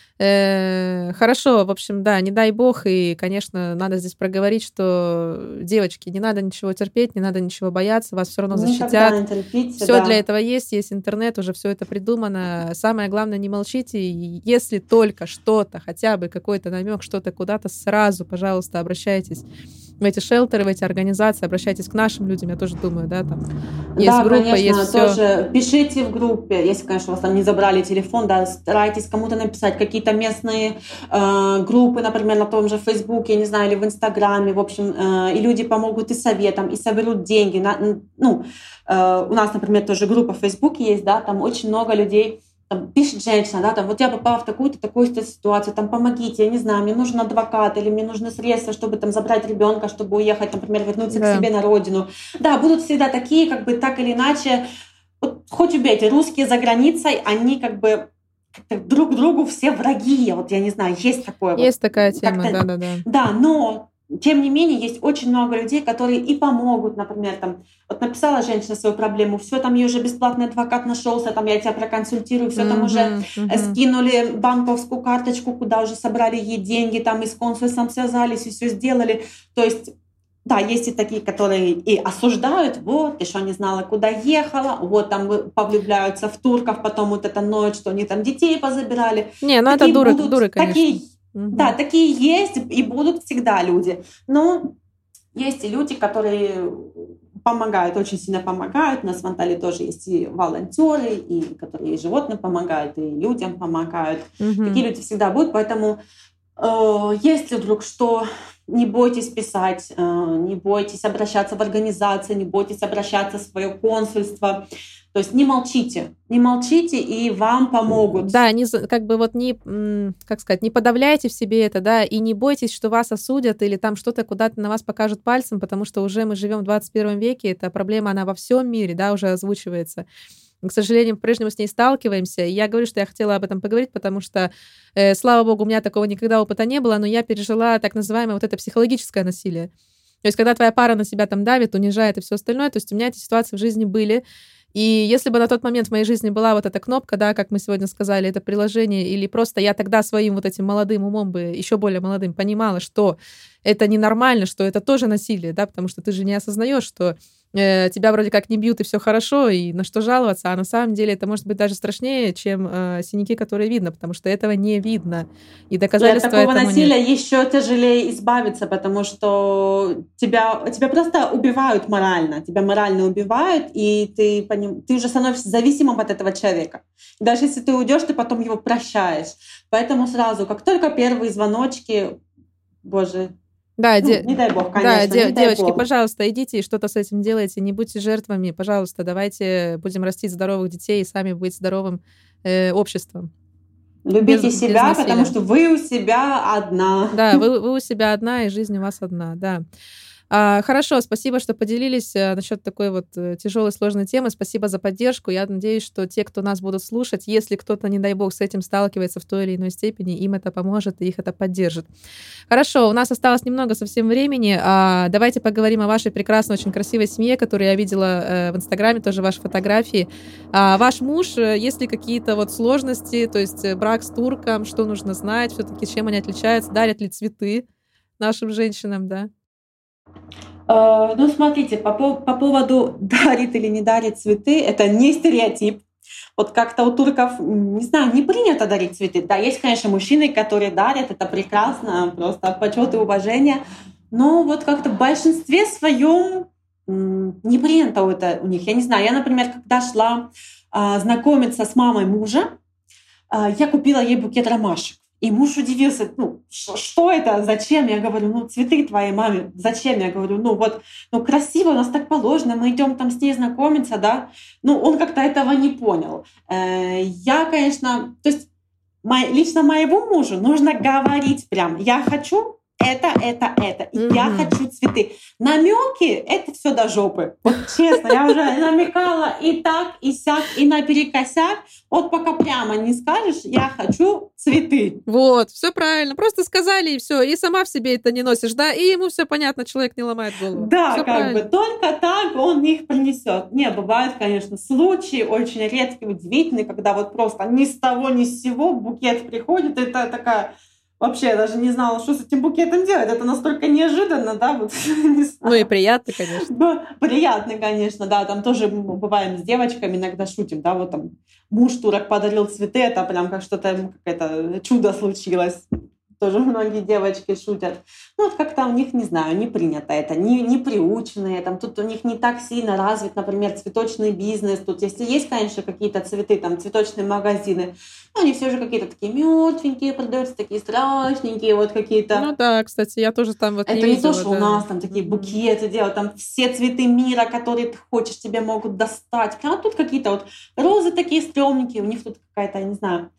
Э, хорошо, в общем, да, не дай бог, и, конечно, надо здесь проговорить, что, девочки, не надо ничего терпеть, не надо ничего бояться, вас все равно защитят. Не терпите, все да. для этого есть, есть интернет, уже все это придумано. Самое главное, не молчите, и если только что-то, хотя бы какой-то намек, что-то куда-то, сразу, пожалуйста, обращайтесь в эти шелтеры, в эти организации, обращайтесь к нашим людям, я тоже думаю, да, там есть да, группа, конечно, есть тоже всё. Пишите в группе, если, конечно, у вас там не забрали телефон, да, старайтесь кому-то написать, какие-то местные э, группы, например, на том же Фейсбуке, я не знаю, или в Инстаграме, в общем, э, и люди помогут и советом, и соберут деньги. На, ну, э, у нас, например, тоже группа в Фейсбуке есть, да, там очень много людей, там, пишет женщина, да, там, вот я попала в такую-то, такую-то ситуацию, там, помогите, я не знаю, мне нужен адвокат, или мне нужны средства, чтобы там забрать ребенка, чтобы уехать, например, вернуться да. к себе на родину. Да, будут всегда такие, как бы, так или иначе, вот, хоть убейте, русские за границей, они, как бы, друг другу все враги, вот, я не знаю, есть такое. Есть вот, такая тема, да-да-да. Да, но... Тем не менее, есть очень много людей, которые и помогут, например, там, вот написала женщина свою проблему, все, там ей уже бесплатный адвокат нашелся, там я тебя проконсультирую, все, mm-hmm, там уже mm-hmm. скинули банковскую карточку, куда уже собрали ей деньги, там и с консульством связались, и все сделали. То есть, да, есть и такие, которые и осуждают, вот, ты что, не знала, куда ехала, вот, там повлюбляются в турков, потом вот эта ночь, что они там детей позабирали. Не, ну такие это дуры, будут, дуры, конечно. Такие, Угу. Да, такие есть и будут всегда люди. Но есть и люди, которые помогают, очень сильно помогают. У нас в Анталии тоже есть и волонтеры, и которые и животным помогают, и людям помогают. Угу. Такие люди всегда будут. Поэтому э, если вдруг что, не бойтесь писать, э, не бойтесь обращаться в организации, не бойтесь обращаться в свое консульство. То есть не молчите, не молчите, и вам помогут. Да, не, как бы вот не, как сказать, не подавляйте в себе это, да, и не бойтесь, что вас осудят или там что-то куда-то на вас покажут пальцем, потому что уже мы живем в двадцать первом веке, эта проблема, она во всем мире, да, уже озвучивается. К сожалению, по-прежнему с ней сталкиваемся. И я говорю, что я хотела об этом поговорить, потому что, э, слава богу, у меня такого никогда опыта не было, но я пережила так называемое вот это психологическое насилие. То есть когда твоя пара на себя там давит, унижает и все остальное, то есть у меня эти ситуации в жизни были. И если бы на тот момент в моей жизни была вот эта кнопка, да, как мы сегодня сказали, это приложение, или просто я тогда своим вот этим молодым умом бы, еще более молодым, понимала, что это ненормально, что это тоже насилие, да, потому что ты же не осознаешь, что э, тебя вроде как не бьют, и все хорошо, и на что жаловаться, а на самом деле это может быть даже страшнее, чем э, синяки, которые видно, потому что этого не видно. И доказательства этому нет. От такого насилия нет. еще тяжелее избавиться, потому что тебя, тебя просто убивают морально, тебя морально убивают, и ты, поним, ты уже становишься зависимым от этого человека. И даже если ты уйдешь, ты потом его прощаешь. Поэтому сразу, как только первые звоночки, боже, Да, ну, де... не дай бог, конечно. Да, де... не дай девочки, бог. пожалуйста, идите и что-то с этим делайте, не будьте жертвами, пожалуйста, давайте будем растить здоровых детей и сами быть здоровым э, обществом. Любите без, себя, без потому что вы у себя одна. Да, вы, вы у себя одна, и жизнь у вас одна, да. А, хорошо, спасибо, что поделились а, насчет такой вот тяжелой, сложной темы. Спасибо за поддержку. Я надеюсь, что те, кто нас будут слушать, если кто-то, не дай бог, с этим сталкивается в той или иной степени, им это поможет и их это поддержит. Хорошо, у нас осталось немного совсем времени. А, давайте поговорим о вашей прекрасной, очень красивой семье, которую я видела э, в Инстаграме, тоже ваши фотографии. А, ваш муж, есть ли какие-то вот сложности, то есть брак с турком, что нужно знать, все-таки чем они отличаются, дарят ли цветы нашим женщинам, да? Uh, ну, смотрите, по, по поводу дарит или не дарит цветы, это не стереотип. Вот как-то у турков, не знаю, не принято дарить цветы. Да, есть, конечно, мужчины, которые дарят, это прекрасно, просто почет и уважение. Но вот как-то в большинстве своем не принято это у них. Я не знаю, я, например, когда шла а, знакомиться с мамой мужа, а, я купила ей букет ромашек. И муж удивился, ну, что это, зачем? Я говорю, ну, цветы твоей маме, зачем? Я говорю, ну, вот, ну, красиво, у нас так положено, мы идем там с ней знакомиться, да. Ну, он как-то этого не понял. Я, конечно, то есть лично моему мужу нужно говорить прям, я хочу это, это, это, и mm-hmm. я хочу цветы. Намеки — это все до жопы. Вот честно, я уже намекала и так, и сяк, и наперекосяк. Вот пока прямо не скажешь, я хочу цветы. Вот, все правильно. Просто сказали, и все. И сама в себе это не носишь, да? И ему все понятно, человек не ломает голову. Да, всё как правильно. бы только так он их принесет. Не, бывают, конечно, случаи очень редкие, удивительные, когда вот просто ни с того, ни с сего букет приходит, и это такая... Вообще, я даже не знала, что с этим букетом делать. Это настолько неожиданно, да? Вот, не ну и приятно, конечно. Да, приятно, конечно, да. Там тоже бываем с девочками, иногда шутим, да, вот там муж турок подарил цветы, это прям как что-то, какое-то чудо случилось. Тоже многие девочки шутят. Ну вот как-то у них, не знаю, не принято это, не, не приученные, там тут у них не так сильно развит, например, цветочный бизнес. Тут если есть, конечно, какие-то цветы, там цветочные магазины, но они все же какие-то такие мертвенькие продаются, такие страшненькие, вот какие-то. Ну да, кстати, я тоже там вот это не не видела, то, что да. у нас там такие букеты делают, там все цветы мира, которые ты хочешь, тебе могут достать. А тут какие-то вот розы такие стрёмненькие, у них тут какая-то, я не знаю,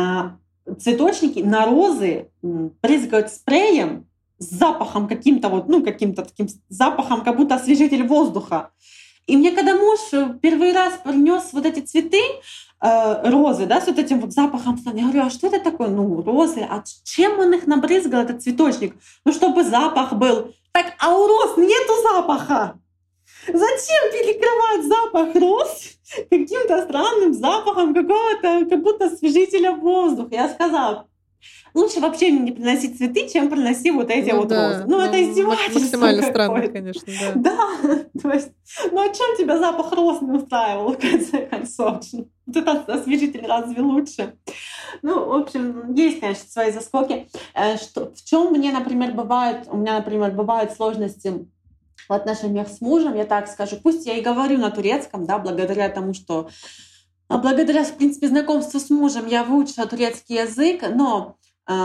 цветочники на розы брызгают спреем с запахом каким-то вот, ну, каким-то таким запахом, как будто освежитель воздуха. И мне когда муж первый раз принес вот эти цветы, э, розы, да, с вот этим вот запахом, я говорю, а что это такое? Ну, розы, а чем он их набрызгал, этот цветочник? Ну, чтобы запах был. Так, а у роз нету запаха. Зачем перекрывать запах роз каким-то странным запахом какого-то, как будто освежителя воздуха? Я сказала, лучше вообще не приносить цветы, чем приносить вот эти ну, вот да, розы. Ну, ну, это издевательство максимально какое-то. Странно, конечно, да. Да, то есть, ну а чем тебя запах роз не устраивал, в конце концов? Вот этот освежитель разве лучше? Ну, в общем, есть, конечно, свои заскоки. Что, в чем мне, например, бывает, у меня, например, бывают сложности в отношениях с мужем, я так скажу, пусть я и говорю на турецком, да, благодаря тому, что благодаря, в принципе, знакомству с мужем я выучила турецкий язык, но э,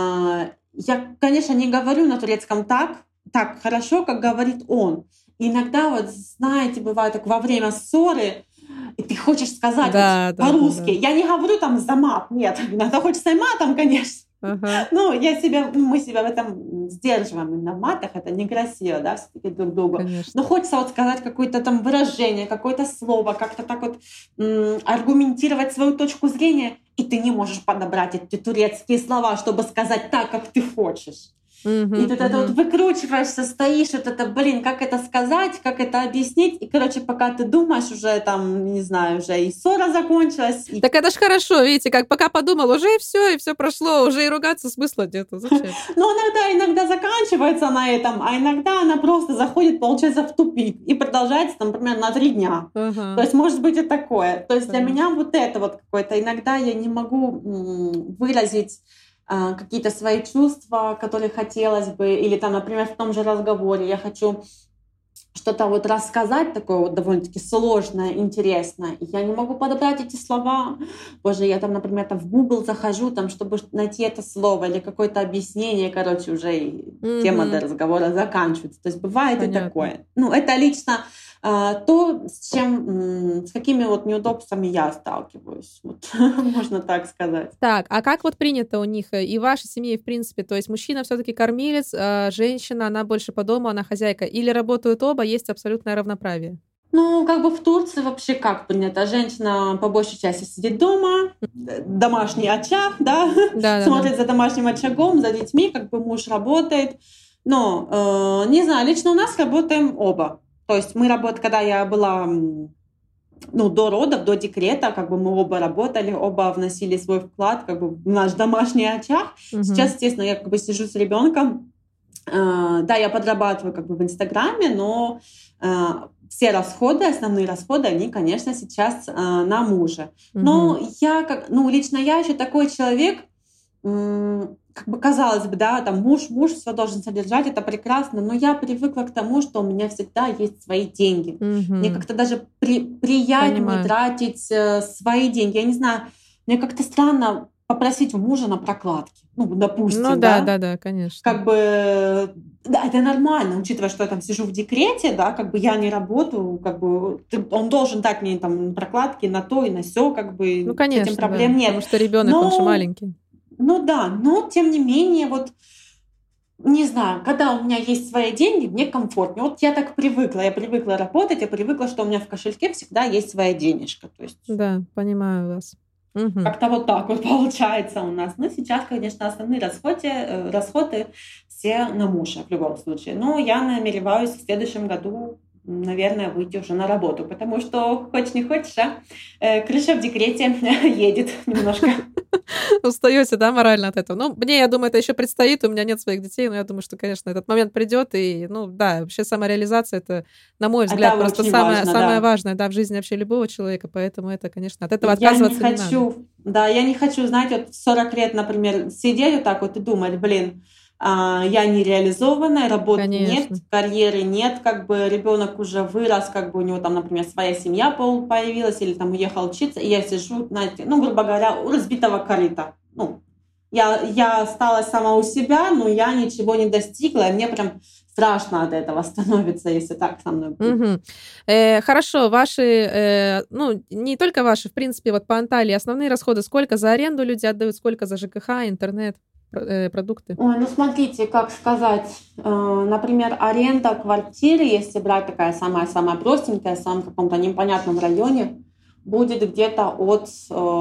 я, конечно, не говорю на турецком так, так хорошо, как говорит он. И иногда, вот, знаете, бывает так во время ссоры, и ты хочешь сказать да, вот, да, по-русски. Да, да. Я не говорю там за мат, нет, иногда хочется и матом, конечно. Ага. Ну, я себя, мы себя в этом сдерживаем именно в матах, это некрасиво, да, все-таки друг другу. Конечно. Но хочется вот сказать какое-то там выражение, какое-то слово, как-то так вот м- аргументировать свою точку зрения, и ты не можешь подобрать эти турецкие слова, чтобы сказать так, как ты хочешь. Мгм, И ты вот это вот мгм. выкручиваешься, стоишь, вот это, блин, как это сказать, как это объяснить. И, короче, пока ты думаешь, уже там, не знаю, уже и ссора закончилась, и Так это ж хорошо, видите, как пока подумал, уже и всё, и всё прошло, уже и ругаться смысла нету. Зачем? Но иногда иногда заканчивается на этом, а иногда она просто заходит, получается, в тупик и продолжается, там, например, на три дня. То Ага. есть может быть и такое. То есть для Понятно. меня вот это вот какое-то иногда я не могу, м, выразить, а, какие-то свои чувства, которые хотелось бы. Или там, например, в том же разговоре я хочу что-то вот рассказать такое вот довольно-таки сложное, интересное, и я не могу подобрать эти слова. Боже, я там, например, там в Google захожу, там, чтобы ш найти это слово или какое-то объяснение, короче, уже и тема для Мгм. разговора заканчивается. То есть бывает и Понятно. такое. Ну, это лично, а, то, с чем, м, с какими вот неудобствами я сталкиваюсь. Вот можно так сказать. Так, а как вот принято у них, э, и в вашей семье, и в принципе? То есть мужчина всё-таки кормилец, а женщина, она больше по дому, она хозяйка? Или работают оба, есть абсолютное равноправие? Ну, как бы в Турции вообще как принято? Женщина по большей части сидит дома, д домашний очаг, да, Да-да-да. смотрит за домашним очагом, за детьми, как бы муж работает. Но, э, не знаю, лично у нас работаем оба. То есть мы работ когда я была, м, ну, до родов, до декрета, как бы мы оба работали, оба вносили свой вклад как бы в наш домашний очаг. Сейчас, Мгм. естественно, я как бы сижу с ребенком. Э, да, я подрабатываю как бы в "Инстаграме", но, э, все расходы, основные расходы, они, конечно, сейчас, э, на муже. Мгм. Но я как ну, лично я еще такой человек, м, как бы казалось бы, да, там муж муж всё должен содержать, это прекрасно, но я привыкла к тому, что у меня всегда есть свои деньги. Мне Мгм. как-то даже при приятнее Понимаю. тратить, э, свои деньги. Я не знаю, мне как-то странно попросить у мужа на прокладки. Ну, Ну допустим, да, да. да-да, конечно. Как бы, да, это нормально, учитывая, что я там сижу в декрете, да, как бы я не работаю, как бы ты он должен дать мне там прокладки на то и на сё, как Ну, бы с этим конечно, да, проблем потому нет. что ребёнок, он же Но маленький. ну да, но тем не менее, вот не знаю, когда у меня есть свои деньги, мне комфортнее. Вот я так привыкла. Я привыкла работать, я привыкла, что у меня в кошельке всегда есть своя денежка. То есть Да, понимаю вас. Мгм. как-то вот так вот получается у нас. Но сейчас, конечно, основные расходе э, расходы все на мужа в любом случае. Но я намереваюсь в следующем году, наверное, выйти уже на работу, потому что хочешь не хочешь, а, э, крыша в декрете едет немножко. Устаёте, да, морально от этого? Ну, мне, я думаю, это ещё предстоит. У меня нет своих детей, но я думаю, что, конечно, этот момент придёт. И, ну да, вообще самореализация- это, на мой взгляд, Это просто очень самое важно, самое да. важное, да, в жизни вообще любого человека. Поэтому это, конечно, от этого Я не отказываться не надо. хочу, да, я не хочу, знаете, вот в сорок лет, например, сидеть вот так вот и думать: "Блин, а, я не реализованная, работы нет, Конечно. карьеры нет". Как бы ребёнок уже вырос, как бы у него там, например, своя семья пол появилась или там уехал учиться, и я сижу, знаете, ну, грубо говоря, у разбитого корыта. Ну, я я осталась сама у себя, но я ничего не достигла, и мне прям страшно от этого становится, если так со мной будет. Мгм. Э, хорошо, ваши, э, ну, не только ваши, в принципе, вот по Анталии основные расходы: сколько за аренду люди отдают, сколько за ЖКХ, интернет, пр э, продукты? Ой, ну смотрите, как сказать, э, например, аренда квартиры, если брать такая самая-самая простенькая, в самом каком-то непонятном районе, будет где-то от,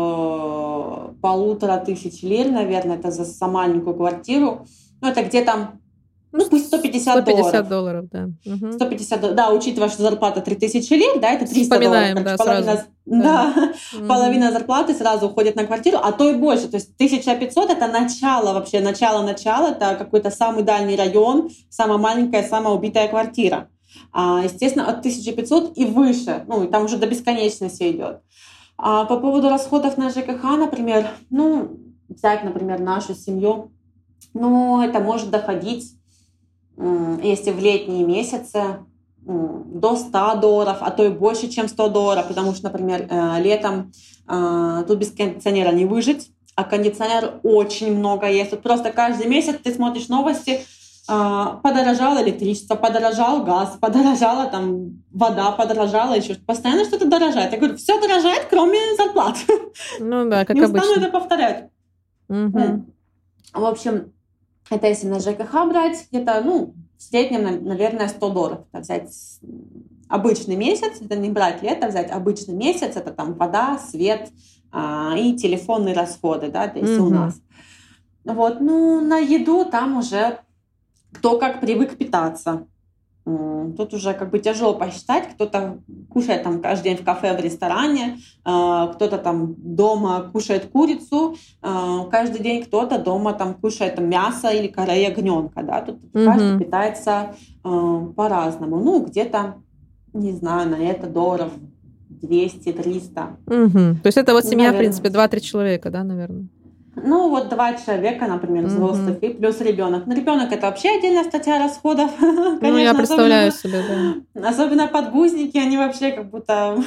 э, полутора тысяч лир, наверное, это за за маленькую квартиру. Ну, это где-то, Ну, ну, с пусть сто сто пятьдесят долларов. пятьдесят долларов, да. Мгм. сто пятьдесят до да, учитывая, что зарплата три тысячи лир, да, это триста долларов. Вспоминаем, Короче, да, половина сразу. з Да. да, Мгм. половина зарплаты сразу уходит на квартиру, а то и больше. То есть тысяча пятьсот- это начало вообще, начало-начало, это какой-то самый дальний район, самая маленькая, самая убитая квартира. А, естественно, от тысячи пятисот и выше, ну, и там уже до бесконечности идёт. А по поводу расходов на ЖКХ, например, ну, взять, например, нашу семью, ну, это может доходить, м, если в летние месяцы, м, до ста долларов, а то и больше, чем сто долларов. Потому что, например, э, летом, а, тут без кондиционера не выжить, а кондиционер очень много ест. Вот просто каждый месяц ты смотришь новости, а, подорожало электричество, подорожал газ, подорожала там вода, подорожала ещё что-то. Постоянно что-то дорожает. Я говорю: "Всё дорожает, кроме зарплат". Ну да, как Не устану обычно. это повторять. Мгм. М. В общем, это если на ЖКХ брать, где-то, ну, в среднем, на наверное, сто долларов. Это взять с обычный месяц, это не брать лето, взять обычный месяц, это там вода, свет, а, и телефонные расходы, да, это если у Мгм. нас. Вот, ну, на еду там уже кто как привык питаться. Тут уже как бы тяжело посчитать. Кто-то кушает там каждый день в кафе, в ресторане, кто-то там дома кушает курицу, каждый день кто-то дома там кушает там мясо или каре ягненка. Да? Тут mm-hmm. каждый питается по-разному. Ну, где-то, не знаю, на это долларов двести-триста. Mm-hmm. То есть это вот семья, наверное, в принципе, два-три человека, да, наверное? Ну, вот два человека, например, взрослых, mm-hmm. и плюс ребенок. Но ребенок это вообще отдельная статья расходов. Конечно, ну, я представляю себе, да. Особенно подгузники, они вообще как будто...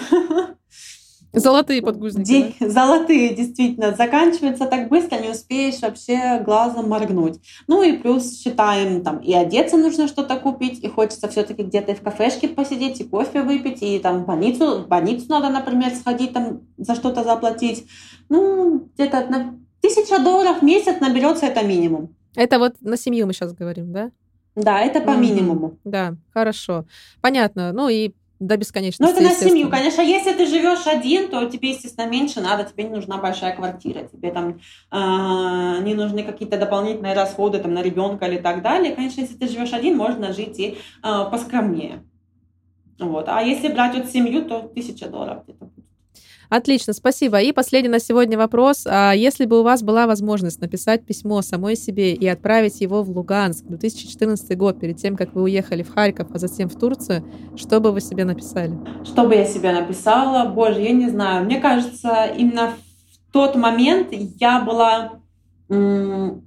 Золотые подгузники. День... Да? Золотые, действительно. Заканчивается так быстро, не успеешь вообще глазом моргнуть. Ну и плюс считаем, там, и одеться нужно что-то купить, и хочется все-таки где-то и в кафешке посидеть, и кофе выпить, и там в больницу, в больницу надо, например, сходить, там, за что-то заплатить. Ну, где-то на тысяча долларов в месяц наберется, это минимум. Это вот на семью мы сейчас говорим, да? Да, это по mm-hmm. минимуму. Да, хорошо. Понятно. Ну и до бесконечности. Ну, это на семью, конечно. Если ты живешь один, то тебе, естественно, меньше надо, тебе не нужна большая квартира, тебе там э, не нужны какие-то дополнительные расходы там, на ребенка или так далее. Конечно, если ты живешь один, можно жить и э, поскромнее. Вот. А если брать вот семью, то тысяча долларов где-то будет. Отлично, спасибо. И последний на сегодня вопрос. А если бы у вас была возможность написать письмо самой себе и отправить его в Луганск в две тысячи четырнадцатый год, перед тем, как вы уехали в Харьков, а затем в Турцию, что бы вы себе написали? Что бы я себе написала? Боже, я не знаю. Мне кажется, именно в тот момент я была... М-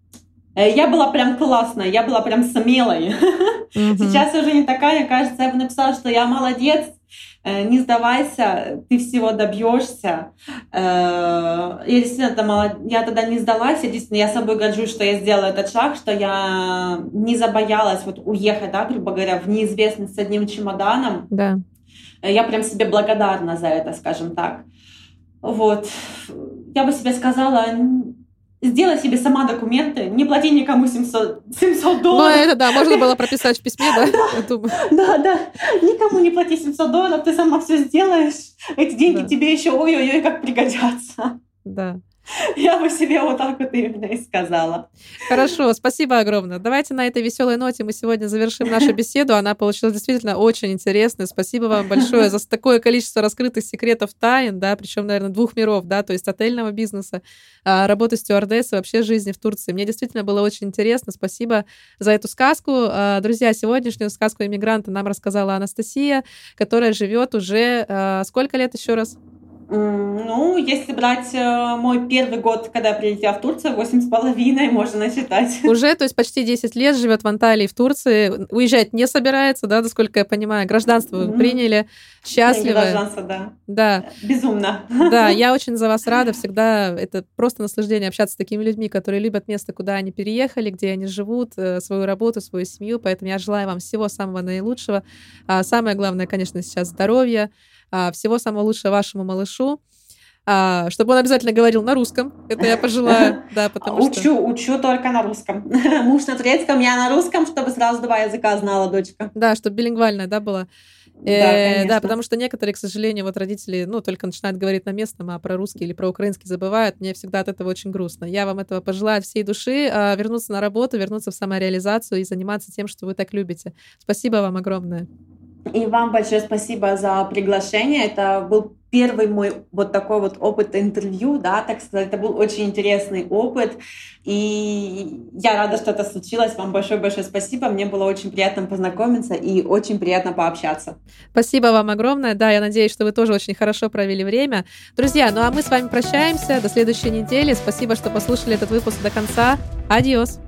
я была прям классная, я была прям смелой. Mm-hmm. Сейчас я уже не такая. Кажется, я бы написала, что я молодец, не сдавайся, ты всего добьешься. Я действительно, я тогда не сдалась, я действительно, я собой горжусь, что я сделала этот шаг, что я не забоялась вот уехать, да, грубо говоря, в неизвестность с одним чемоданом. Да. Я прям себе благодарна за это, скажем так. Вот. Я бы себе сказала... Сделай себе сама документы, не плати никому семьсот долларов. Ну, это да, можно было прописать в письме, да? Да, да, никому не плати семьсот долларов, ты сама все сделаешь. Эти деньги тебе еще ой-ой-ой как пригодятся. Да. Я бы себе вот так вот именно и сказала. Хорошо, спасибо огромное. Давайте на этой веселой ноте мы сегодня завершим нашу беседу. Она получилась действительно очень интересной. Спасибо вам большое за такое количество раскрытых секретов, тайн, да, причем, наверное, двух миров, да, то есть отельного бизнеса, работы стюардессы, вообще жизни в Турции. Мне действительно было очень интересно. Спасибо за эту сказку. Друзья, сегодняшнюю сказку иммигранта нам рассказала Анастасия, которая живет уже сколько лет еще раз? Ну, если брать э, мой первый год, когда я прилетела в Турцию, восемь с половиной, можно насчитать. Уже, то есть почти десять лет живет в Анталии, в Турции. Уезжать не собирается, да, насколько я понимаю. Гражданство вы mm-hmm. приняли, счастливы. Гражданство, да. Да. Безумно. Да, я очень за вас рада. Всегда это просто наслаждение общаться с такими людьми, которые любят место, куда они переехали, где они живут, свою работу, свою семью. Поэтому я желаю вам всего самого наилучшего. Самое главное, конечно, сейчас здоровья. Всего самого лучшего вашему малышу, чтобы он обязательно говорил на русском. Это я пожелаю. Да, потому учу, что... учу только на русском. Муж на турецком, я на русском, чтобы сразу два языка знала дочка. Да, чтобы билингвальная, да, была. Да, э, да, потому что некоторые, к сожалению, вот родители, ну, только начинают говорить на местном, а про русский или про украинский забывают. Мне всегда от этого очень грустно. Я вам этого пожелаю от всей души, вернуться на работу, вернуться в самореализацию и заниматься тем, что вы так любите. Спасибо вам огромное. И вам большое спасибо за приглашение. Это был первый мой вот такой вот опыт интервью, да, так сказать. Это был очень интересный опыт. И я рада, что это случилось. Вам большое-большое спасибо. Мне было очень приятно познакомиться и очень приятно пообщаться. Спасибо вам огромное. Да, я надеюсь, что вы тоже очень хорошо провели время. Друзья, ну а мы с вами прощаемся. До следующей недели. Спасибо, что послушали этот выпуск до конца. Адиос.